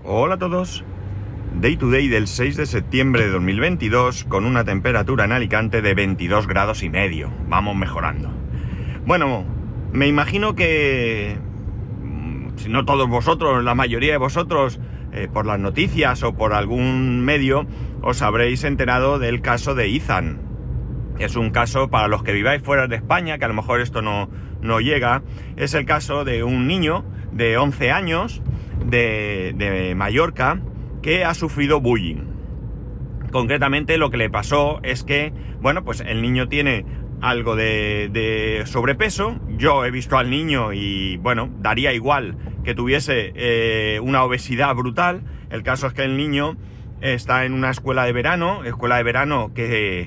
Hola a todos. Day to day del 6 de septiembre de 2022 con una temperatura en Alicante de 22 grados y medio. Vamos mejorando. Bueno, me imagino que, si no todos vosotros, la mayoría de vosotros, por las noticias o por algún medio, os habréis enterado del caso de Izan. Es un caso, para los que viváis fuera de España, que a lo mejor esto no llega, es el caso de un niño de 11 años de Mallorca que ha sufrido bullying. Concretamente lo que le pasó es que, bueno, pues el niño tiene algo de sobrepeso. Yo he visto al niño y, bueno, daría igual que tuviese una obesidad brutal. El caso es que el niño está en una escuela de verano que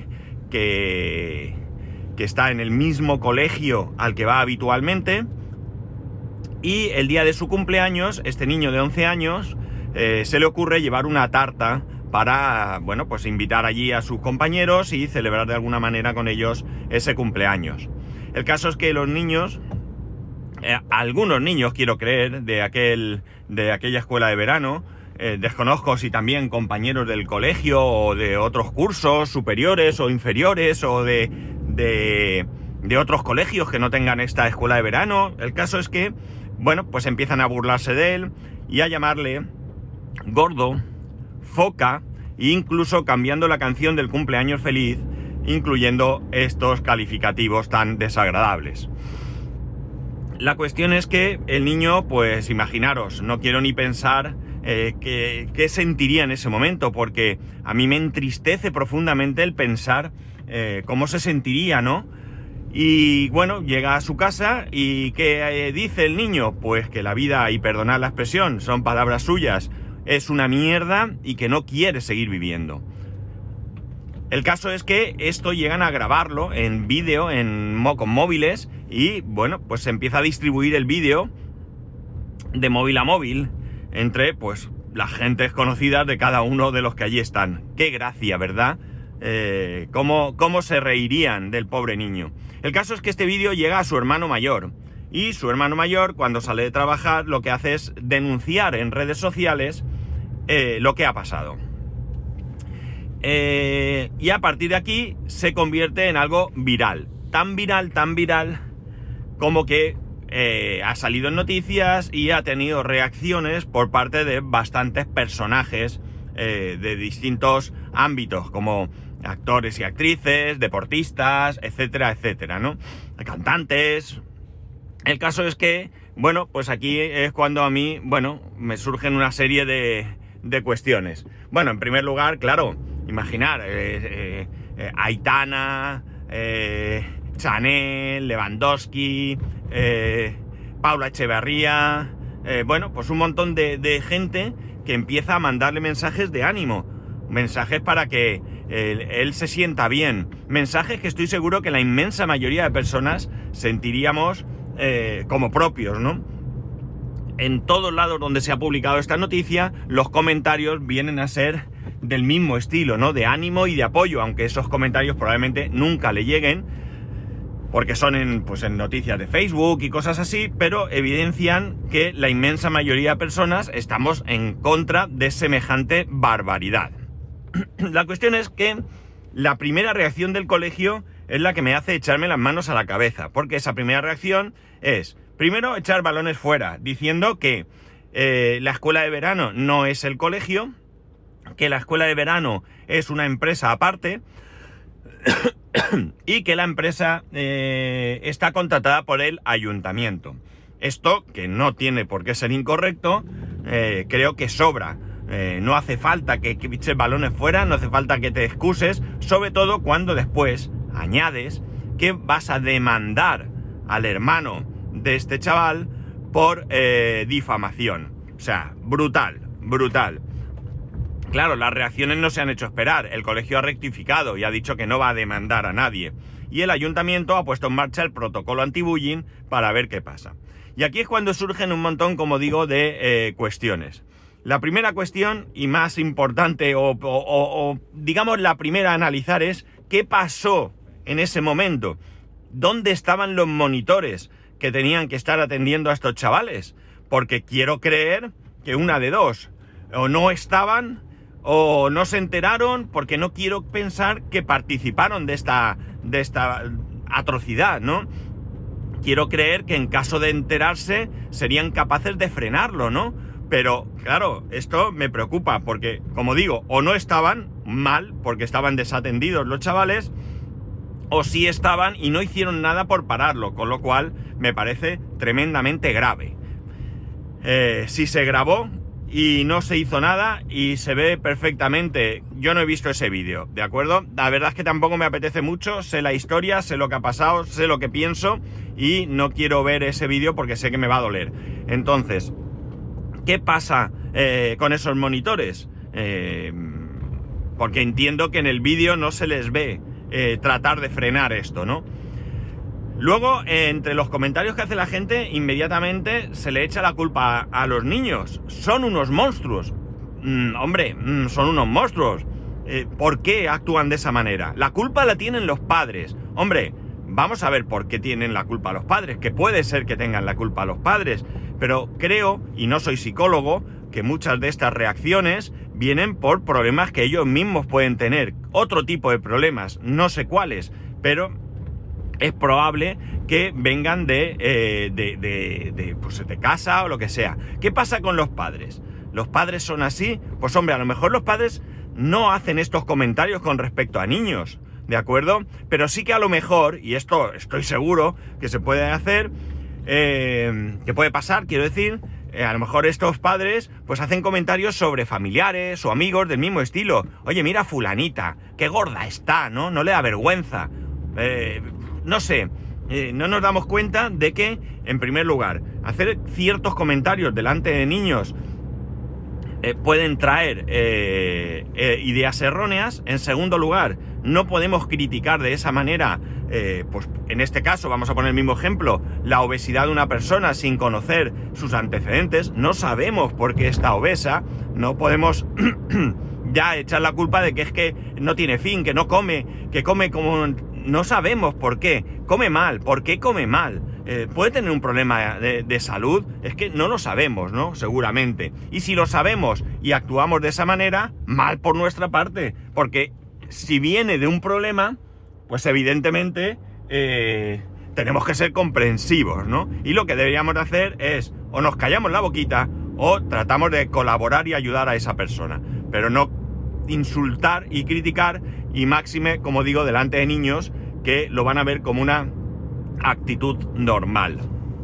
está en el mismo colegio al que va habitualmente, y el día de su cumpleaños, este niño de 11 años, se le ocurre llevar una tarta para, bueno, pues invitar allí a sus compañeros y celebrar de alguna manera con ellos ese cumpleaños. El caso es que los niños, algunos niños quiero creer, de aquella escuela de verano, desconozco si también compañeros del colegio o de otros cursos superiores o inferiores o de otros colegios que no tengan esta escuela de verano. El caso es que, bueno, pues empiezan a burlarse de él y a llamarle gordo, foca, e incluso cambiando la canción del cumpleaños feliz, incluyendo estos calificativos tan desagradables. La cuestión es que el niño, pues imaginaros, no quiero ni pensar qué sentiría en ese momento, porque a mí me entristece profundamente el pensar cómo se sentiría, ¿no? Y bueno, llega a su casa y ¿qué dice el niño? Pues que la vida, y perdonad la expresión, son palabras suyas, es una mierda y que no quiere seguir viviendo. El caso es que esto llegan a grabarlo en vídeo con móviles y, bueno, pues se empieza a distribuir el vídeo de móvil a móvil entre, pues, las gentes conocidas de cada uno de los que allí están. Qué gracia, ¿verdad? Cómo se reirían del pobre niño. El caso es que este vídeo llega a su hermano mayor, y su hermano mayor, cuando sale de trabajar, lo que hace es denunciar en redes sociales lo que ha pasado. Y a partir de aquí se convierte en algo viral, tan viral, como que ha salido en noticias y ha tenido reacciones por parte de bastantes personajes de distintos ámbitos, como actores y actrices, deportistas, etcétera, etcétera, ¿no? Cantantes. El caso es que, bueno, pues aquí es cuando a mí, bueno, me surgen una serie de cuestiones. Bueno, en primer lugar, claro, imaginar Aitana, Chanel, Lewandowski, Paula Echeverría, bueno, pues un montón de gente que empieza a mandarle mensajes de ánimo, mensajes para que él se sienta bien, mensajes que estoy seguro que la inmensa mayoría de personas sentiríamos como propios, ¿no? En todos lados donde se ha publicado esta noticia, los comentarios vienen a ser del mismo estilo, ¿no? De ánimo y de apoyo, aunque esos comentarios probablemente nunca le lleguen, porque son en noticias de Facebook y cosas así, pero evidencian que la inmensa mayoría de personas estamos en contra de semejante barbaridad. La cuestión es que la primera reacción del colegio es la que me hace echarme las manos a la cabeza, porque esa primera reacción es, primero, echar balones fuera, diciendo que la escuela de verano no es el colegio, que la escuela de verano es una empresa aparte y que la empresa está contratada por el ayuntamiento. Esto, que no tiene por qué ser incorrecto, creo que sobra. No hace falta que eches balones fuera, no hace falta que te excuses, sobre todo cuando después añades que vas a demandar al hermano de este chaval por difamación. O sea, brutal. Claro, las reacciones no se han hecho esperar. El colegio ha rectificado y ha dicho que no va a demandar a nadie. Y el ayuntamiento ha puesto en marcha el protocolo anti-bullying para ver qué pasa. Y aquí es cuando surgen un montón, como digo, de cuestiones. La primera cuestión, y más importante, o digamos la primera a analizar, es ¿qué pasó en ese momento? ¿Dónde estaban los monitores que tenían que estar atendiendo a estos chavales? Porque quiero creer que una de dos, o no estaban o no se enteraron, porque no quiero pensar que participaron de esta atrocidad, ¿no? Quiero creer que en caso de enterarse serían capaces de frenarlo, ¿no? Pero, claro, esto me preocupa porque, como digo, o no estaban mal porque estaban desatendidos los chavales, o sí estaban y no hicieron nada por pararlo, con lo cual me parece tremendamente grave. Si se grabó y no se hizo nada y se ve perfectamente, yo no he visto ese vídeo, ¿de acuerdo? La verdad es que tampoco me apetece mucho, sé la historia, sé lo que ha pasado, sé lo que pienso y no quiero ver ese vídeo porque sé que me va a doler. Entonces, ¿qué pasa con esos monitores? Porque entiendo que en el vídeo no se les ve tratar de frenar esto, ¿no? Luego, entre los comentarios que hace la gente, inmediatamente se le echa la culpa a los niños. Son unos monstruos. Hombre, son unos monstruos. ¿Por qué actúan de esa manera? La culpa la tienen los padres. Hombre, vamos a ver por qué tienen la culpa los padres, que puede ser que tengan la culpa los padres, pero creo, y no soy psicólogo, que muchas de estas reacciones vienen por problemas que ellos mismos pueden tener. Otro tipo de problemas, no sé cuáles, pero es probable que vengan de casa o lo que sea. ¿Qué pasa con los padres? ¿Los padres son así? Pues hombre, a lo mejor los padres no hacen estos comentarios con respecto a niños, ¿de acuerdo? Pero sí que a lo mejor, y esto estoy seguro que se puede hacer, que puede pasar, quiero decir, a lo mejor estos padres pues hacen comentarios sobre familiares o amigos del mismo estilo. Oye, mira fulanita, qué gorda está, ¿no? No le da vergüenza. No sé, no nos damos cuenta de que, en primer lugar, hacer ciertos comentarios delante de niños pueden traer ideas erróneas. En segundo lugar, no podemos criticar de esa manera, pues en este caso, vamos a poner el mismo ejemplo, la obesidad de una persona sin conocer sus antecedentes. No sabemos por qué está obesa, no podemos ya echar la culpa de que es que no tiene fin, que no come, que come como... No sabemos por qué. Come mal. ¿Por qué come mal? ¿Puede tener un problema de salud? Es que no lo sabemos, ¿no? Seguramente. Y si lo sabemos y actuamos de esa manera, mal por nuestra parte. Porque si viene de un problema, pues evidentemente tenemos que ser comprensivos, ¿no? Y lo que deberíamos de hacer es o nos callamos la boquita o tratamos de colaborar y ayudar a esa persona. Pero no insultar y criticar, y máxime, como digo, delante de niños que lo van a ver como una actitud normal.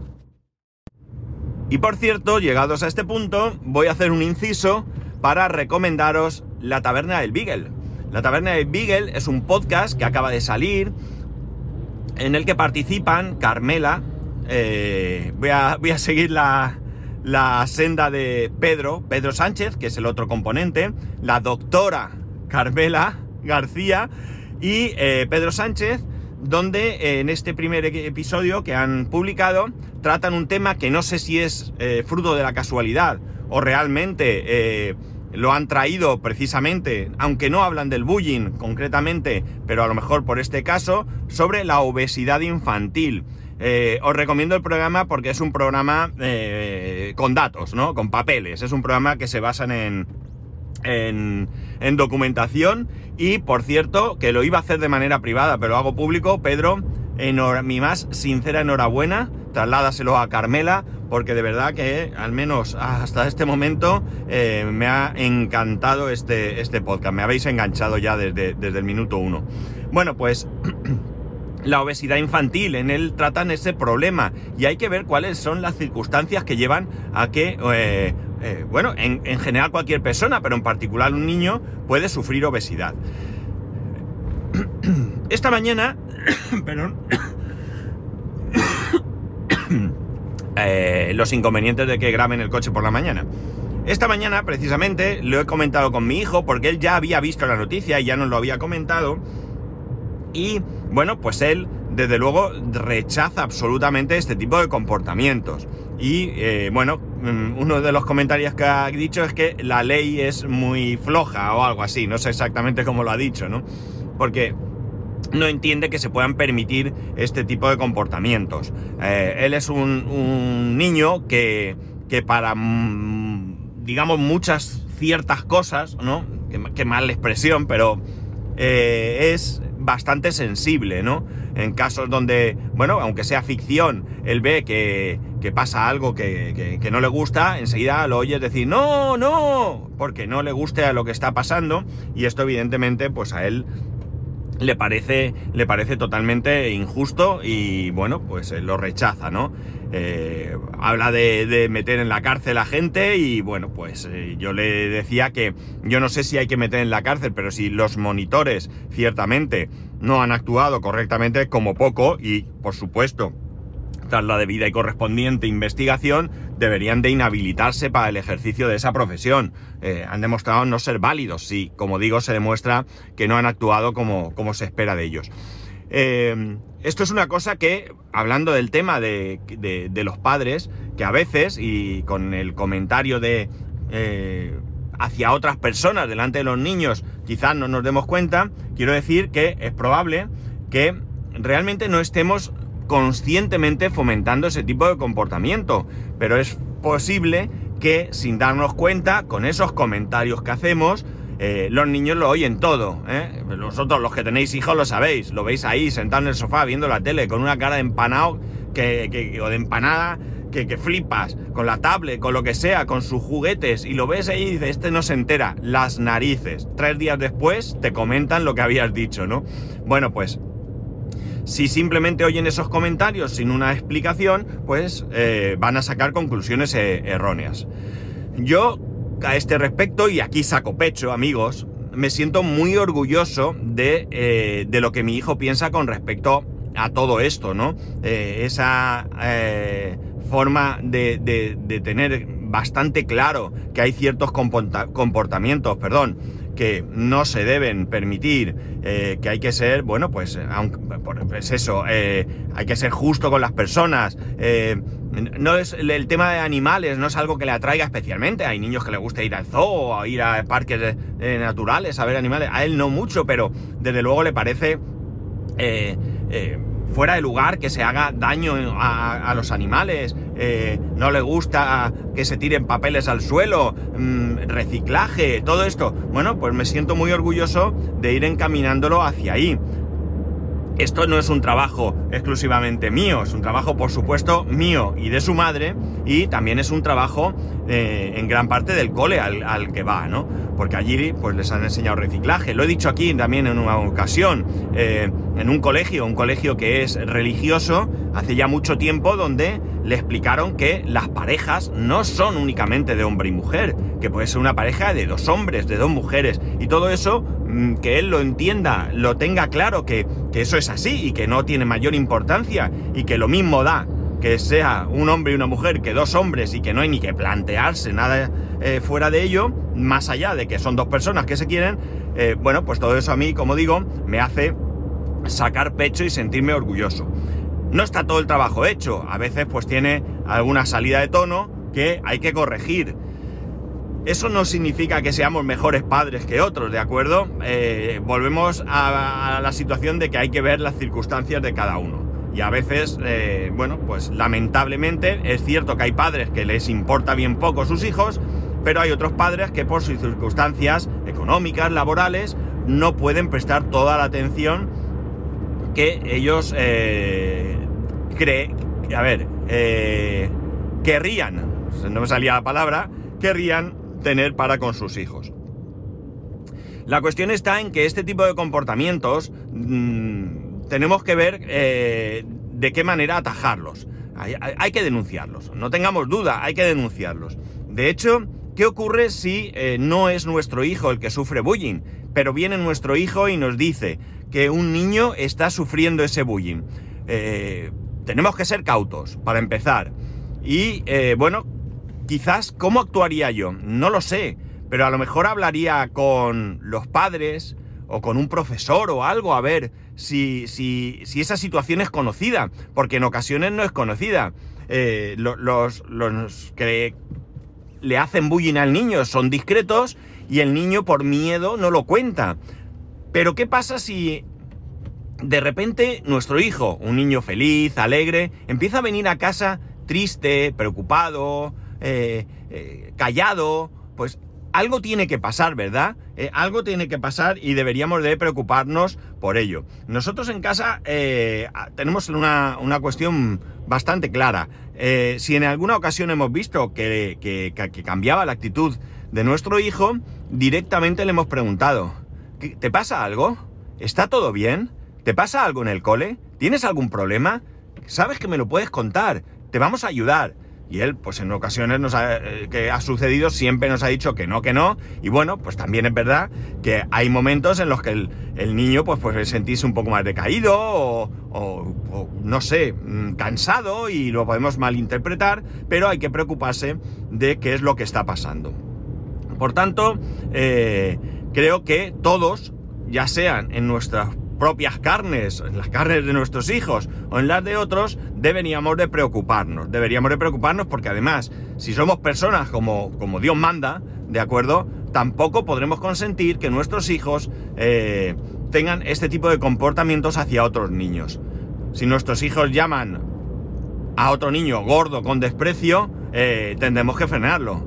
Y por cierto, llegados a este punto, voy a hacer un inciso para recomendaros La Taberna del Beagle. La Taberna del Beagle es un podcast que acaba de salir, en el que participan Carmela, voy a seguir la senda de Pedro Sánchez, que es el otro componente, la doctora Carmela García y Pedro Sánchez, donde en este primer episodio que han publicado tratan un tema que no sé si es fruto de la casualidad o realmente lo han traído precisamente, aunque no hablan del bullying concretamente, pero a lo mejor por este caso, sobre la obesidad infantil. Os recomiendo el programa porque es un programa con datos, ¿no? Con papeles. Es un programa que se basa en documentación. Y, por cierto, que lo iba a hacer de manera privada, pero lo hago público. Pedro, mi más sincera enhorabuena. Trasládaselo a Carmela, porque de verdad que, al menos hasta este momento, me ha encantado este podcast. Me habéis enganchado ya desde el minuto 1. Bueno, pues... La obesidad infantil, en él tratan ese problema y hay que ver cuáles son las circunstancias que llevan a que, bueno, en general cualquier persona, pero en particular un niño, puede sufrir obesidad. Esta mañana, perdón, los inconvenientes de que graben el coche por la mañana. Esta mañana, precisamente, lo he comentado con mi hijo porque él ya había visto la noticia y ya nos lo había comentado. Y, bueno, pues él, desde luego, rechaza absolutamente este tipo de comportamientos. Y, bueno, uno de los comentarios que ha dicho es que la ley es muy floja o algo así. No sé exactamente cómo lo ha dicho, ¿no? Porque no entiende que se puedan permitir este tipo de comportamientos. Él es un niño que para, digamos, muchas ciertas cosas, ¿no? Qué mala expresión, pero es bastante sensible, ¿no? En casos donde, bueno, aunque sea ficción, él ve que pasa algo que no le gusta, enseguida lo oyes decir ¡no, no!, porque no le gusta lo que está pasando, y esto evidentemente pues a él le parece totalmente injusto y bueno, pues lo rechaza, ¿no? Habla de meter en la cárcel a gente y bueno, pues yo le decía que yo no sé si hay que meter en la cárcel, pero si los monitores ciertamente no han actuado correctamente, como poco, y por supuesto tras la debida y correspondiente investigación, deberían de inhabilitarse para el ejercicio de esa profesión. Han demostrado no ser válidos, sí, como digo, se demuestra que no han actuado como se espera de ellos. Esto es una cosa que, hablando del tema de los padres, que a veces, y con el comentario de hacia otras personas delante de los niños, quizás no nos demos cuenta, quiero decir que es probable que realmente no estemos conscientemente fomentando ese tipo de comportamiento, pero es posible que sin darnos cuenta, con esos comentarios que hacemos, los niños lo oyen todo, ¿eh? Vosotros los que tenéis hijos lo sabéis, lo veis ahí sentado en el sofá viendo la tele con una cara de empanado o de empanada que flipas, con la tablet, con lo que sea, con sus juguetes, y lo ves ahí y dices, este no se entera, las narices. 3 días después te comentan lo que habías dicho, ¿no? Bueno, pues si simplemente oyen esos comentarios sin una explicación, pues van a sacar conclusiones erróneas. Yo, a este respecto, y aquí saco pecho, amigos, me siento muy orgulloso de lo que mi hijo piensa con respecto a todo esto, ¿no? Esa forma de tener bastante claro que hay ciertos comportamientos, que no se deben permitir, que hay que ser, bueno, pues, pues eso, hay que ser justo con las personas. No es el tema de animales, no es algo que le atraiga especialmente. Hay niños que les gusta ir al zoo o ir a parques naturales a ver animales. A él no mucho, pero desde luego le parece fuera de lugar que se haga daño a los animales. No le gusta que se tiren papeles al suelo, reciclaje, todo esto. Bueno, pues me siento muy orgulloso de ir encaminándolo hacia ahí. Esto no es un trabajo exclusivamente mío, es un trabajo, por supuesto, mío y de su madre, y también es un trabajo en gran parte del cole al que va, ¿no? Porque allí pues les han enseñado reciclaje. Lo he dicho aquí también en una ocasión, en un colegio que es religioso, hace ya mucho tiempo, donde le explicaron que las parejas no son únicamente de hombre y mujer, que puede ser una pareja de 2 hombres, de 2 mujeres, y todo eso, que él lo entienda, lo tenga claro, que eso es así y que no tiene mayor importancia, y que lo mismo da que sea un hombre y una mujer que 2 hombres, y que no hay ni que plantearse nada fuera de ello, más allá de que son 2 personas que se quieren. Bueno, pues todo eso a mí, como digo, me hace sacar pecho y sentirme orgulloso. No está todo el trabajo hecho, a veces pues tiene alguna salida de tono que hay que corregir. Eso no significa que seamos mejores padres que otros, ¿de acuerdo? Volvemos a la situación de que hay que ver las circunstancias de cada uno. Y a veces, bueno, pues lamentablemente es cierto que hay padres que les importa bien poco sus hijos, pero hay otros padres que por sus circunstancias económicas, laborales, no pueden prestar toda la atención que ellos querrían, no me salía la palabra, querrían tener para con sus hijos. La cuestión está en que este tipo de comportamientos tenemos que ver de qué manera atajarlos. Hay que denunciarlos, no tengamos duda, hay que denunciarlos. De hecho, ¿qué ocurre si no es nuestro hijo el que sufre bullying, pero viene nuestro hijo y nos dice que un niño está sufriendo ese bullying? Tenemos que ser cautos, para empezar. Y, bueno, quizás, ¿cómo actuaría yo? No lo sé, pero a lo mejor hablaría con los padres o con un profesor o algo, a ver si esa situación es conocida, porque en ocasiones no es conocida. Los que le hacen bullying al niño son discretos y el niño por miedo no lo cuenta. Pero ¿qué pasa si de repente nuestro hijo, un niño feliz, alegre, empieza a venir a casa triste, preocupado, callado? Pues algo tiene que pasar, ¿verdad? Algo tiene que pasar y deberíamos de preocuparnos por ello. Nosotros en casa tenemos una cuestión bastante clara. Si en alguna ocasión hemos visto que cambiaba la actitud de nuestro hijo, directamente le hemos preguntado: ¿te pasa algo? ¿Está todo bien? ¿Te pasa algo en el cole? ¿Tienes algún problema? ¿Sabes que me lo puedes contar? Te vamos a ayudar. Y él, pues en ocasiones que ha sucedido, siempre nos ha dicho que no, y bueno, pues también es verdad que hay momentos en los que el niño pues puede sentirse un poco más decaído o no sé, cansado, y lo podemos malinterpretar, pero hay que preocuparse de qué es lo que está pasando. Por tanto, creo que todos, ya sean en nuestras propias carnes, en las carnes de nuestros hijos o en las de otros, deberíamos de preocuparnos porque además, si somos personas como Dios manda, ¿de acuerdo?, tampoco podremos consentir que nuestros hijos tengan este tipo de comportamientos hacia otros niños. Si nuestros hijos llaman a otro niño gordo con desprecio, tendremos que frenarlo.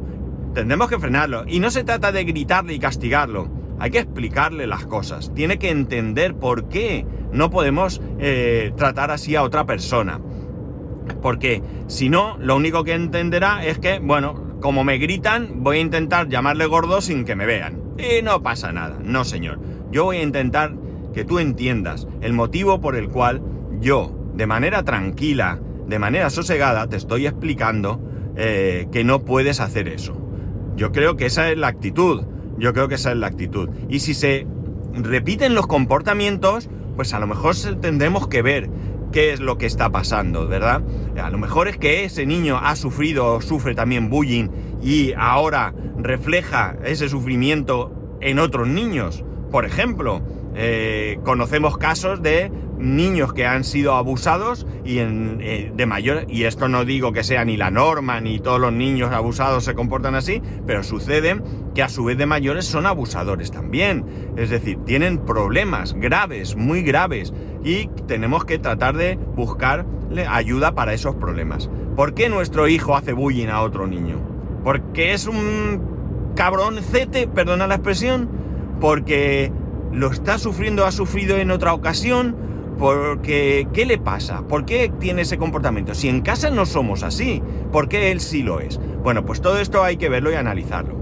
Y no se trata de gritarle y castigarlo. Hay que explicarle las cosas. Tiene que entender por qué no podemos tratar así a otra persona. Porque si no, lo único que entenderá es que, bueno, como me gritan, voy a intentar llamarle gordo sin que me vean. Y no pasa nada. No, señor. Yo voy a intentar que tú entiendas el motivo por el cual yo, de manera tranquila, de manera sosegada, te estoy explicando que no puedes hacer eso. Yo creo que esa es la actitud. Y si se repiten los comportamientos, pues a lo mejor tendremos que ver qué es lo que está pasando, ¿verdad? A lo mejor es que ese niño ha sufrido o sufre también bullying y ahora refleja ese sufrimiento en otros niños. Por ejemplo, conocemos casos de niños que han sido abusados y de mayor, y esto no digo que sea ni la norma ni todos los niños abusados se comportan así, pero sucede que a su vez de mayores son abusadores también, es decir, tienen problemas graves, muy graves, y tenemos que tratar de buscarle ayuda para esos problemas. ¿Por qué nuestro hijo hace bullying a otro niño? ¿Porque es un cabroncete, perdona la expresión? ¿Porque lo está sufriendo, ha sufrido en otra ocasión? Porque, ¿qué le pasa? ¿Por qué tiene ese comportamiento? Si en casa no somos así, ¿por qué él sí lo es? Bueno, pues todo esto hay que verlo y analizarlo.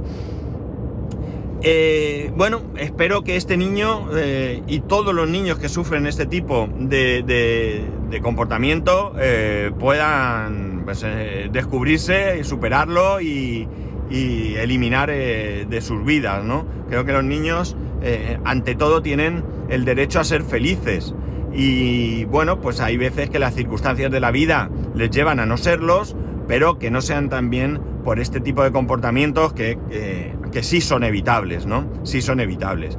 Bueno, espero que este niño y todos los niños que sufren este tipo de comportamiento puedan pues, descubrirse y superarlo y eliminar de sus vidas, ¿no? Creo que los niños, ante todo, tienen el derecho a ser felices. Y bueno, pues hay veces que las circunstancias de la vida les llevan a no serlos, pero que no sean también por este tipo de comportamientos que sí son evitables, ¿no? Sí son evitables.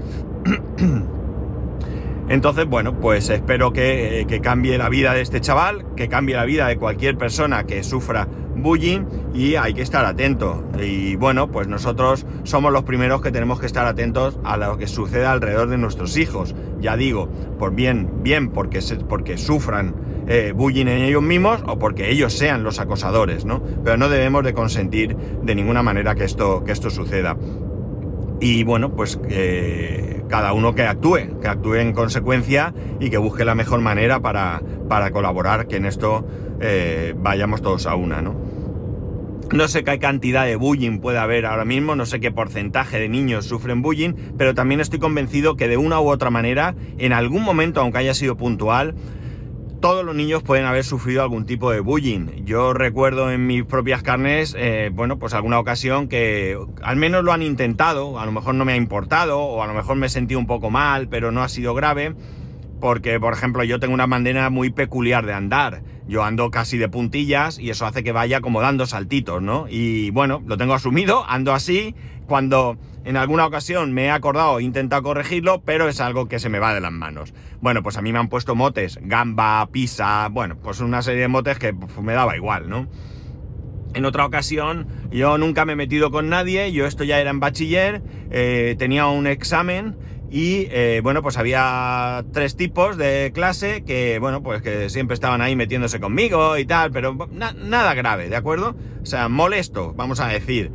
Entonces, bueno, pues espero que cambie la vida de este chaval, que cambie la vida de cualquier persona que sufra bullying, y hay que estar atentos. Y bueno, pues nosotros somos los primeros que tenemos que estar atentos a lo que suceda alrededor de nuestros hijos. Ya digo, por bien porque sufran bullying en ellos mismos o porque ellos sean los acosadores, ¿no? Pero no debemos de consentir de ninguna manera que esto suceda. Y bueno, pues cada uno que actúe en consecuencia y que busque la mejor manera para colaborar, que en esto vayamos todos a una, ¿no? No sé qué cantidad de bullying puede haber ahora mismo, no sé qué porcentaje de niños sufren bullying, pero también estoy convencido que de una u otra manera, en algún momento, aunque haya sido puntual, todos los niños pueden haber sufrido algún tipo de bullying. Yo recuerdo en mis propias carnes, bueno, pues alguna ocasión que al menos lo han intentado, a lo mejor no me ha importado, o a lo mejor me he sentido un poco mal, pero no ha sido grave, porque, por ejemplo, yo tengo una manera muy peculiar de andar. Yo ando casi de puntillas y eso hace que vaya como dando saltitos, ¿no? Y bueno, lo tengo asumido, ando así. Cuando en alguna ocasión me he acordado, he intentado corregirlo, pero es algo que se me va de las manos. Bueno, pues a mí me han puesto motes, gamba, pisa, bueno, pues una serie de motes que pues, me daba igual, ¿no? En otra ocasión, yo nunca me he metido con nadie, yo esto ya era en bachiller, tenía un examen y, bueno, pues había 3 tipos de clase que, bueno, pues que siempre estaban ahí metiéndose conmigo y tal, pero nada grave, ¿de acuerdo? O sea, molesto, vamos a decir.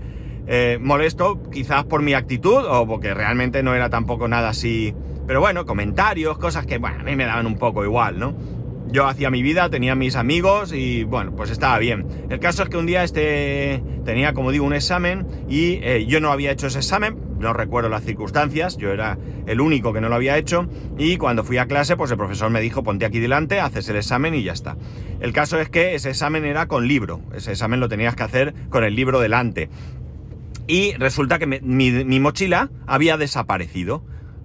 molesto quizás por mi actitud o porque realmente no era tampoco nada así, pero bueno, comentarios, cosas que bueno, a mí me daban un poco igual, ¿no? Yo hacía mi vida, tenía mis amigos y bueno, pues estaba bien. El caso es que un día tenía, como digo, un examen y yo no había hecho ese examen, no recuerdo las circunstancias, yo era el único que no lo había hecho y cuando fui a clase pues el profesor me dijo ponte aquí delante, haces el examen y ya está. El caso es que ese examen era con libro, ese examen lo tenías que hacer con el libro delante y resulta que mi mochila había desaparecido.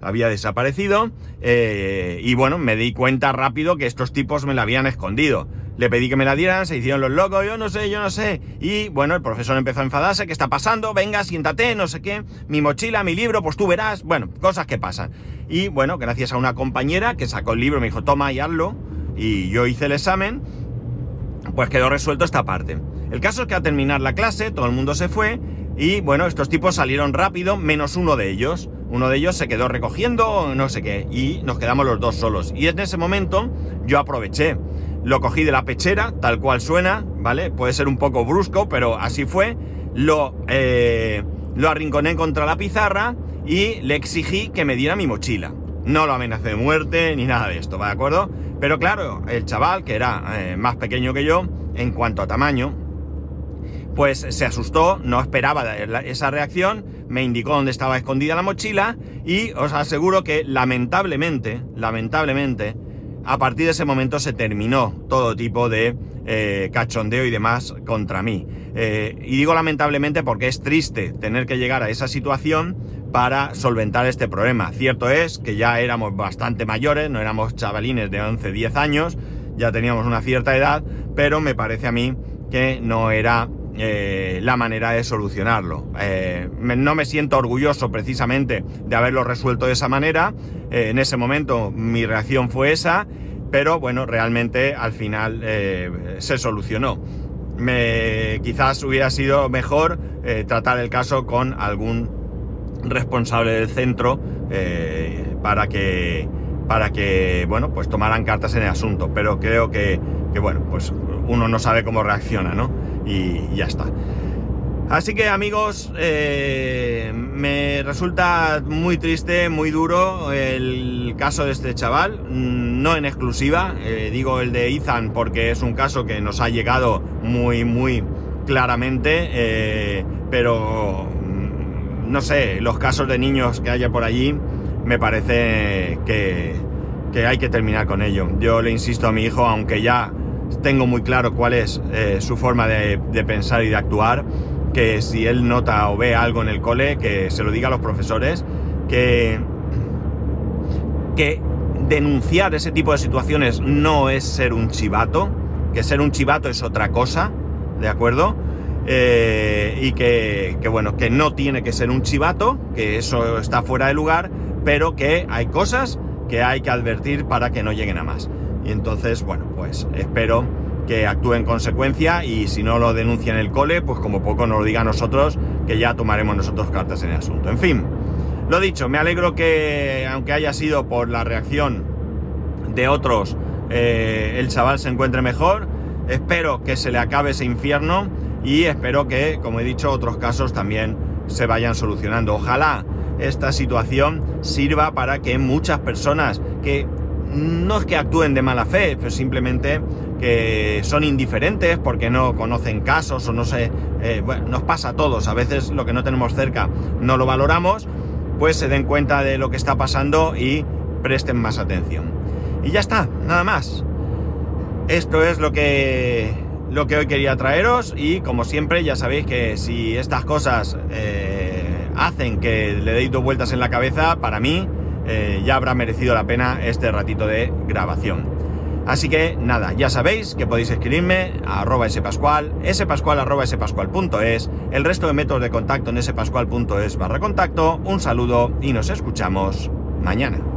Y bueno, me di cuenta rápido que estos tipos me la habían escondido. Le pedí que me la dieran, se hicieron los locos, yo no sé. Y bueno, el profesor empezó a enfadarse, ¿qué está pasando? Venga, siéntate, no sé qué. Mi mochila, mi libro, pues tú verás. Bueno, cosas que pasan. Y bueno, gracias a una compañera que sacó el libro, me dijo, toma y hazlo. Y yo hice el examen, pues quedó resuelto esta parte. El caso es que al terminar la clase, todo el mundo se fue. Y bueno, estos tipos salieron rápido, menos uno de ellos. Uno de ellos se quedó recogiendo, no sé qué, y nos quedamos los dos solos. Y en ese momento yo aproveché, lo cogí de la pechera, tal cual suena, ¿vale? Puede ser un poco brusco, pero así fue. Lo arrinconé contra la pizarra y le exigí que me diera mi mochila. No lo amenacé de muerte ni nada de esto, ¿de acuerdo? Pero claro, el chaval, que era más pequeño que yo, en cuanto a tamaño, pues se asustó, no esperaba esa reacción, me indicó dónde estaba escondida la mochila y os aseguro que lamentablemente, a partir de ese momento se terminó todo tipo de cachondeo y demás contra mí. Y digo lamentablemente porque es triste tener que llegar a esa situación para solventar este problema. Cierto es que ya éramos bastante mayores, no éramos chavalines de 11, 10 años, ya teníamos una cierta edad, pero me parece a mí que no era la manera de solucionarlo. No me siento orgulloso precisamente de haberlo resuelto de esa manera. En ese momento mi reacción fue esa, pero bueno, realmente al final se solucionó. Quizás hubiera sido mejor tratar el caso con algún responsable del centro para que bueno, pues tomaran cartas en el asunto, pero creo que bueno, pues uno no sabe cómo reacciona, ¿no? Y ya está. Así que amigos, me resulta muy triste, muy duro el caso de este chaval, no en exclusiva, digo el de Ethan porque es un caso que nos ha llegado muy claramente, pero no sé, los casos de niños que haya por allí, me parece que hay que terminar con ello. Yo le insisto a mi hijo, aunque ya tengo muy claro cuál es su forma de pensar y de actuar, que si él nota o ve algo en el cole, que se lo diga a los profesores, que denunciar ese tipo de situaciones no es ser un chivato, que ser un chivato es otra cosa, ¿de acuerdo? Y que bueno, que no tiene que ser un chivato, que eso está fuera de lugar, pero que hay cosas que hay que advertir para que no lleguen a más. Y entonces, bueno, pues espero que actúe en consecuencia y si no lo denuncia en el cole, pues como poco nos lo diga a nosotros, que ya tomaremos nosotros cartas en el asunto. En fin, lo dicho, me alegro que, aunque haya sido por la reacción de otros, el chaval se encuentre mejor. Espero que se le acabe ese infierno y espero que, como he dicho, otros casos también se vayan solucionando. Ojalá esta situación sirva para que muchas personas que no es que actúen de mala fe, pero simplemente que son indiferentes porque no conocen casos o no sé, bueno, nos pasa a todos, a veces lo que no tenemos cerca no lo valoramos, pues se den cuenta de lo que está pasando y presten más atención. Y ya está, nada más. Esto es lo que hoy quería traeros y como siempre ya sabéis que si estas cosas hacen que le deis dos vueltas en la cabeza, para mí ya habrá merecido la pena este ratito de grabación. Así que nada, ya sabéis que podéis escribirme a @spascual, spascual@spascual.es, el resto de métodos de contacto en spascual.es/contacto. Un saludo y nos escuchamos mañana.